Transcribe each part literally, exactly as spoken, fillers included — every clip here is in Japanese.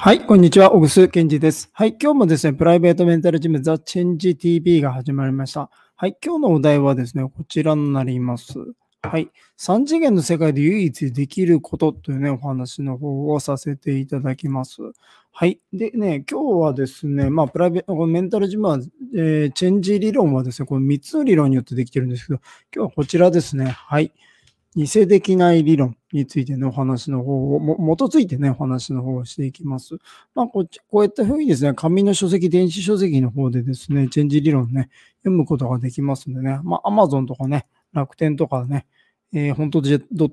はい、こんにちは。小楠健二です。はい、今日もですね、プライベートメンタルジムザ・チェンジ ティービー が始まりました。はい、今日のお題はですね、こちらになります。はい、さん次元の世界で唯一できることというね、お話の方をさせていただきます。はい。でね、今日はですね、まあ、プライベート、このメンタルジムは、えーチェンジ理論はですね、このみっつの理論によってできてるんですけど、今日はこちらですね。はい。偽できない理論についてのお話の方を、も基づいてね、お話の方をしていきます。まあ、こっちこういった風にですね、紙の書籍、電子書籍の方でですね、チェンジ理論ね、読むことができますんでね、まあ、Amazon とかね、楽天とかね、えー、本当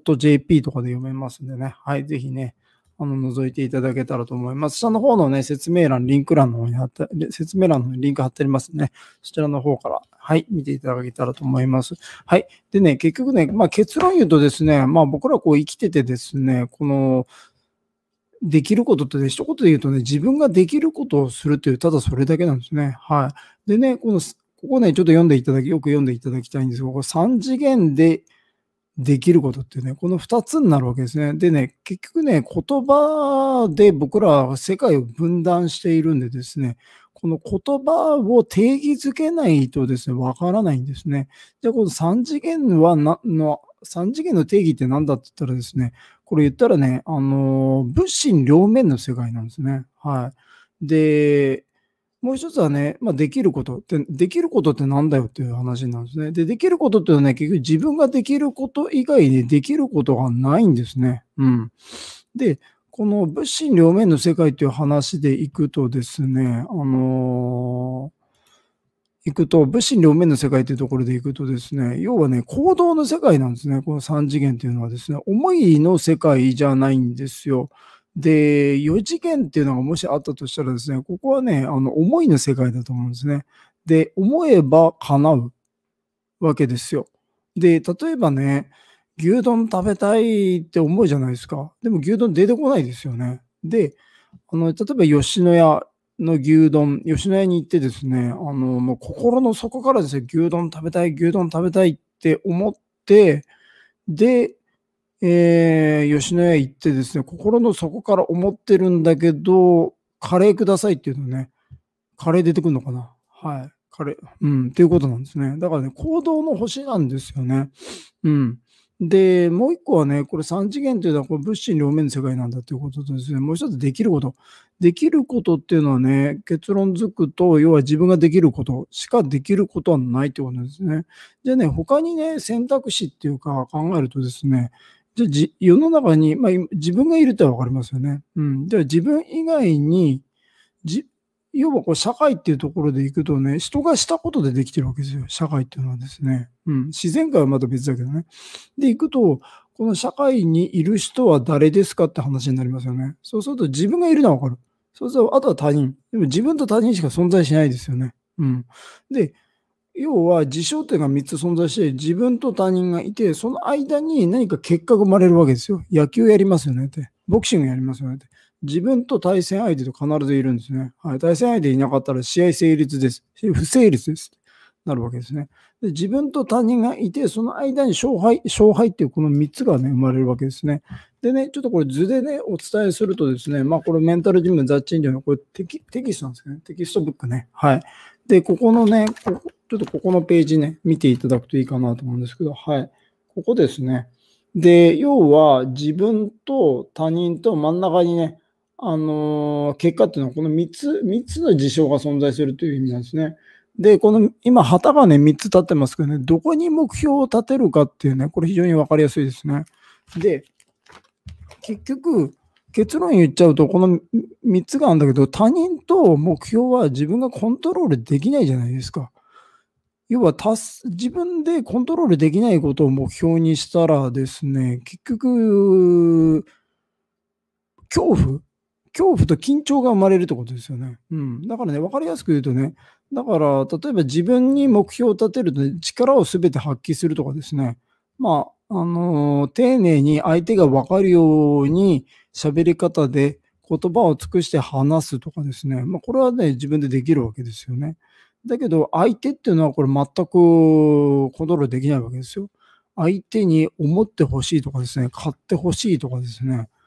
.jp とかで読めますんでね、はい、ぜひね、あの、覗いていただけたらと思います。下の方のね、説明欄、リンク欄の方に貼って、説明欄の方にリンク貼ってありますね。そちらの方から、はい、見ていただけたらと思います。はい。でね、結局ね、まあ結論言うとですね、まあ僕らこう生きててですね、この、できることってね、一言で言うとね、自分ができることをするという、ただそれだけなんですね。はい。でね、この、ここね、ちょっと読んでいただき、よく読んでいただきたいんですが、これさん次元でできることっていうね、このふたつになるわけですね。でね、結局ね、言葉で僕らは世界を分断しているんでですね、この言葉を定義づけないとですね、わからないんですね。じゃあ、このさん次元はなの、さん次元の定義って何だって言ったらですね、これ言ったらね、あの、物心両面の世界なんですね。はい。で、もう一つはね、まあ、できることって、できることってなんだよっていう話なんですね。で、できることっていうのはね、結局自分ができること以外にできることがないんですね。うん。で、この物心両面の世界という話でいくとですね、あのーいくと、物心両面の世界というところでいくとですね、要はね、行動の世界なんですね。このさん次元っていうのはですね、思いの世界じゃないんですよ。で、よ次元っていうのがもしあったとしたらですね、ここはね、あの、思いの世界だと思うんですね。で、思えば叶うわけですよ。で、例えばね、牛丼食べたいって思うじゃないですか。でも牛丼出てこないですよね。で、あの、例えば吉野家の牛丼、吉野家に行ってですね、あの、もう心の底からですね、牛丼食べたい、牛丼食べたいって思って、で、えー吉野家行ってですね、心の底から思ってるんだけど、カレーくださいっていうのね、カレー出てくるのかな。はい。カレー、うん、っていうことなんですね。だからね、行動の星なんですよね。うん。で、もう一個はね、これさん次元というのはこれ物心両面の世界なんだということとですね、もう一つできること。できることっていうのはね、結論づくと、要は自分ができることしかできることはないということですね。じゃあね、他にね、選択肢っていうか考えるとですね、じゃあじ世の中に、まあ、い自分がいるってわかりますよね。うん。じゃあ自分以外に、じ要はこう社会っていうところでいくとね、人がしたことでできてるわけですよ、社会っていうのはですね。うん、自然界はまた別だけどね。で、いくと、この社会にいる人は誰ですかって話になりますよね。そうすると自分がいるのはわかる。そうすると、あとは他人。でも自分と他人しか存在しないですよね。うん。で、要は事象点がみっつ存在して、自分と他人がいて、その間に何か結果が生まれるわけですよ。野球やりますよねって。ボクシングやりますよねって。自分と対戦相手と必ずいるんですね。はい、対戦相手いなかったら試合成立です。不成立です。なるわけですね。で、自分と他人がいて、その間に勝敗、勝敗っていうこのみっつがね、生まれるわけですね。でね、ちょっとこれ図でね、お伝えするとですね、まあこれメンタルジムザッチンジョのこれテキテキストなんですけどね。テキストブックね。はい。で、ここのね、ここちょっとここのページね、見ていただくといいかなと思うんですけど、はい。ここですね。で、要は自分と他人と真ん中にね、あのー結果っていうのはこのみっつ、みっつの事象が存在するという意味なんですね。で、この今旗がね、みっつ立ってますけどね、どこに目標を立てるかっていうね、これ非常にわかりやすいですね。で、結局、結論言っちゃうと、このみっつがあるんだけど、他人と目標は自分がコントロールできないじゃないですか。要は達す自分でコントロールできないことを目標にしたらですね、結局、恐怖恐怖と緊張が生まれるってことですよね。うん。だからね、分かりやすく言うとね、だから、例えば自分に目標を立てるとね、力を全て発揮するとかですね、まあ、あの、丁寧に相手が分かるように喋り方で言葉を尽くして話すとかですね、まあ、これはね、自分でできるわけですよね。だけど、相手っていうのはこれ全くコントロールできないわけですよ。相手に思ってほしいとかですね、買ってほしいとかですね、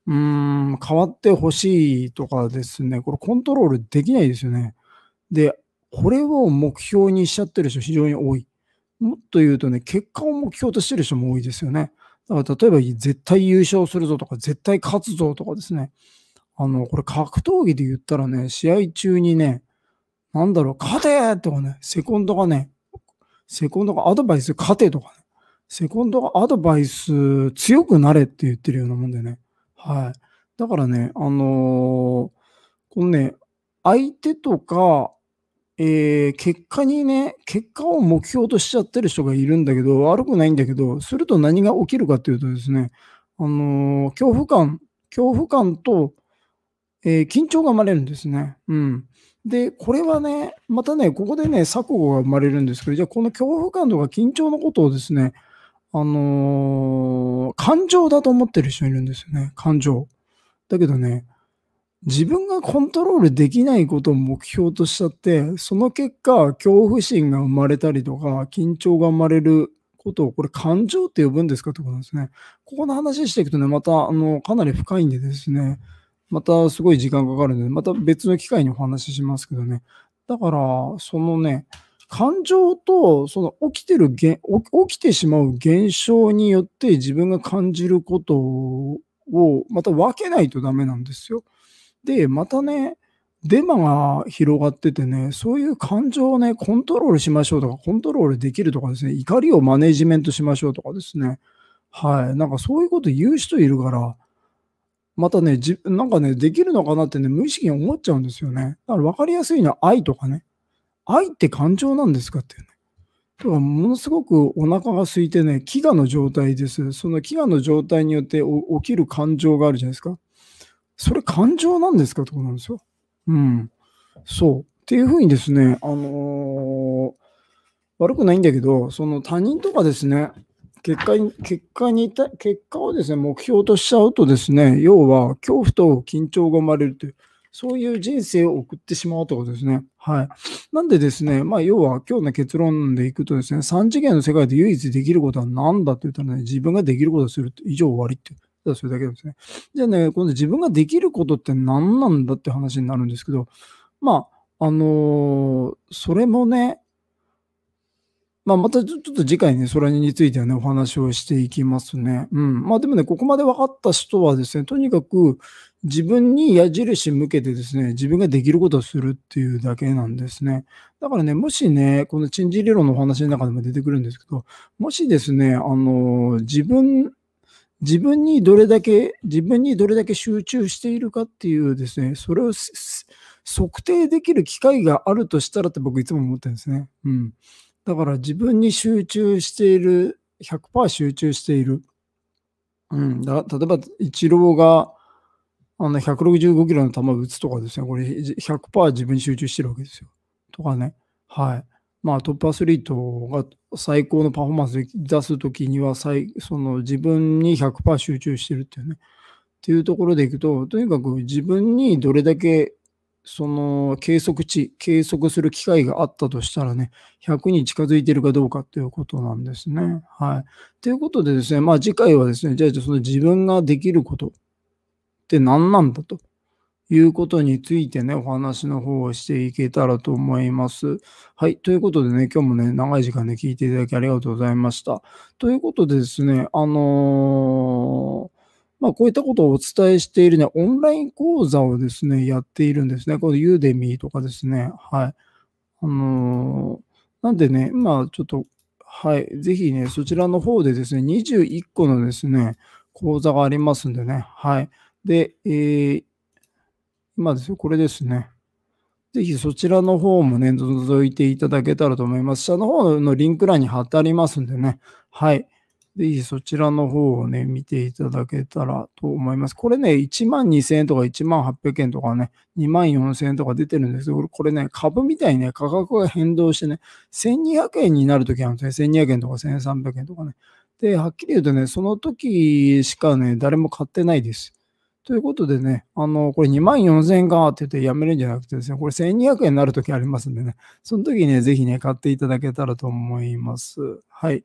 うーん、変わって欲しいとかですね、これコントロールできないですよね。で、これを目標にしちゃってる人非常に多い。もっと言うとね、結果を目標としてる人も多いですよね。だから例えば、い絶対優勝するぞとか、絶対勝つぞとかですね。あの、これ格闘技で言ったらね、試合中にね、なんだろう、勝てとかね、セコンドがね、セコンドがアドバイス勝てとかね、セコンドがアドバイス強くなれって言ってるようなもんでね。はい。だからね、あの、このね、相手とか、ええ、結果にね、結果を目標としちゃってる人がいるんだけど、悪くないんだけど、すると何が起きるかっていうとですね、あの、恐怖感恐怖感と、ええ、緊張が生まれるんですね。うん。で、これはね、またね、ここでね、錯誤が生まれるんですけど、じゃあこの恐怖感とか緊張のことをですね、あの、感情だと思ってる人いるんですよね、感情。だけどね、自分がコントロールできないことを目標としちゃって、その結果、恐怖心が生まれたりとか、緊張が生まれることを、これ感情って呼ぶんですかってことなんですね。ここの話していくとね、またあの、かなり深いんでですね、またすごい時間かかるんで、また別の機会にお話ししますけどね。だから、そのね、感情とその起きてるげん起起きてしまう現象によって自分が感じることをまた分けないとダメなんですよ。で、またね、デマが広がっててね、そういう感情をね、コントロールしましょうとか、コントロールできるとかですね、怒りをマネジメントしましょうとかですね、はい、なんかそういうこと言う人いるから、またね、じなんかね、できるのかなってね、無意識に思っちゃうんですよね。だから分かりやすいのは愛とかね、愛って感情なんですかっていうね。だからものすごくお腹が空いてね、飢餓の状態です。その飢餓の状態によってお起きる感情があるじゃないですか。それ感情なんですかってことなんですよ。うん。そう。っていう風にですね、あの、悪くないんだけど、その他人とかですね、結果に結果にた結果をですね、目標としちゃうとですね、要は恐怖と緊張が生まれるという、そういう人生を送ってしまうということですね。はい。なんでですね、まあ、要は今日の結論でいくとですね、さん次元の世界で唯一できることは何だって言ったらね、自分ができることをするって以上終わりって、ただそれだけなんですね。じゃあね、今度自分ができることって何なんだって話になるんですけど、まあ、あの、それもね、まあ、またちょちょっと次回ね、それについてはね、お話をしていきますね。うん。まあ、でもね、ここまで分かった人はですね、とにかく自分に矢印向けてですね、自分ができることをするっていうだけなんですね。だからね、もしね、この珍事理論のお話の中でも出てくるんですけど、もしですね、あの、自分自分にどれだけ自分にどれだけ集中しているかっていうですね、それをすす測定できる機会があるとしたらって僕いつも思ってるんですね。うん。だから自分に集中している、ひゃくパーセント集中している。うん、だ例えばイチローがあのひゃくろくじゅうごキロの球を打つとかですね、これじひゃくパーセント自分に集中してるわけですよ。とかね。はい。まあトップアスリートが最高のパフォーマンスで出す時には、さいその自分にひゃくパーセント集中してるっていうね。っていうところでいくと、とにかく自分にどれだけその計測値、計測する機会があったとしたらね、ひゃくに近づいているかどうかっていうことなんですね。はい。ということでですね、まあ次回はですね、じゃあその自分ができることって何なんだということについてね、お話の方をしていけたらと思います。はい。ということでね、今日もね、長い時間ね、聞いていただきありがとうございました。ということでですね、あの、まあ、こういったことをお伝えしているね、オンライン講座をですね、やっているんですね。このユーデミーとかですね、はい。あの、なんでね、今ちょっと、はい、ぜひね、そちらの方でですね、にじゅういっこのですね、講座がありますんでね、はい。で、えー今ですよ、これですね。ぜひそちらの方もね、覗いていただけたらと思います。下の方のリンク欄に貼ってありますんでね。はい。ぜひそちらの方をね、見ていただけたらと思います。これね、いちまんにせんえんとかいちまんはっぴゃくえんとかね、にまんよんせんえんとか出てるんですけど、これね、株みたいにね、価格が変動してね、せんにひゃくえんになるときあるんですね。せんにひゃくえんとかせんさんびゃくえんとかね。で、はっきり言うとね、その時しかね、誰も買ってないです。ということでね、あの、これにまんよんせんえんかって言ってやめるんじゃなくてですね、これせんにひゃくえんになるときありますんでね、その時にね、ぜひね、買っていただけたらと思います。はい。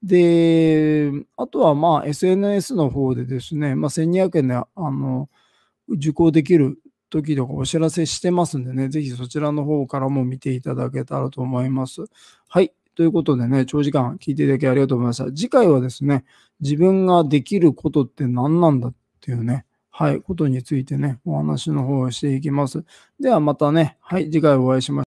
で、あとは、まあ、エスエヌエス の方でですね、ま、せんにひゃくえんで、あの、受講できる時とかお知らせしてますんでね、ぜひそちらの方からも見ていただけたらと思います。はい、ということでね、長時間聞いていただきありがとうございました。次回はですね、自分ができることって何なんだっていうね、はい、ことについてね、お話の方をしていきます。ではまたね、はい、次回お会いしま